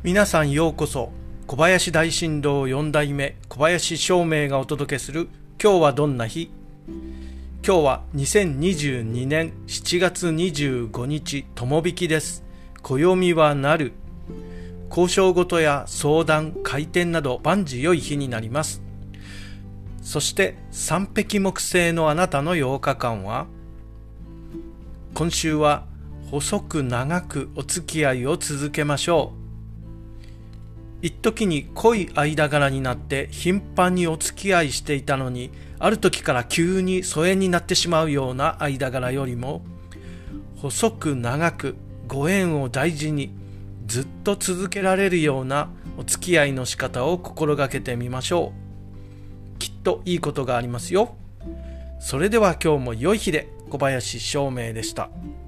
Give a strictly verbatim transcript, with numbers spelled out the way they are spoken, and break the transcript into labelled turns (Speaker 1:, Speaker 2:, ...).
Speaker 1: 皆さんようこそ。小林大震動よん代目小林照明がお届けする今日はどんな日。今日はにせんにじゅうにねんしちがつにじゅうごにち友引です。暦はなる。交渉事や相談開店など万事良い日になります。そして三匹木星のあなたのようかかんは、今週は細く長くお付き合いを続けましょう。一時に濃い間柄になって頻繁にお付き合いしていたのに、ある時から急に疎遠になってしまうような間柄よりも、細く長くご縁を大事にずっと続けられるようなお付き合いの仕方を心がけてみましょう。きっといいことがありますよ。それでは今日も良い日で。小林照明でした。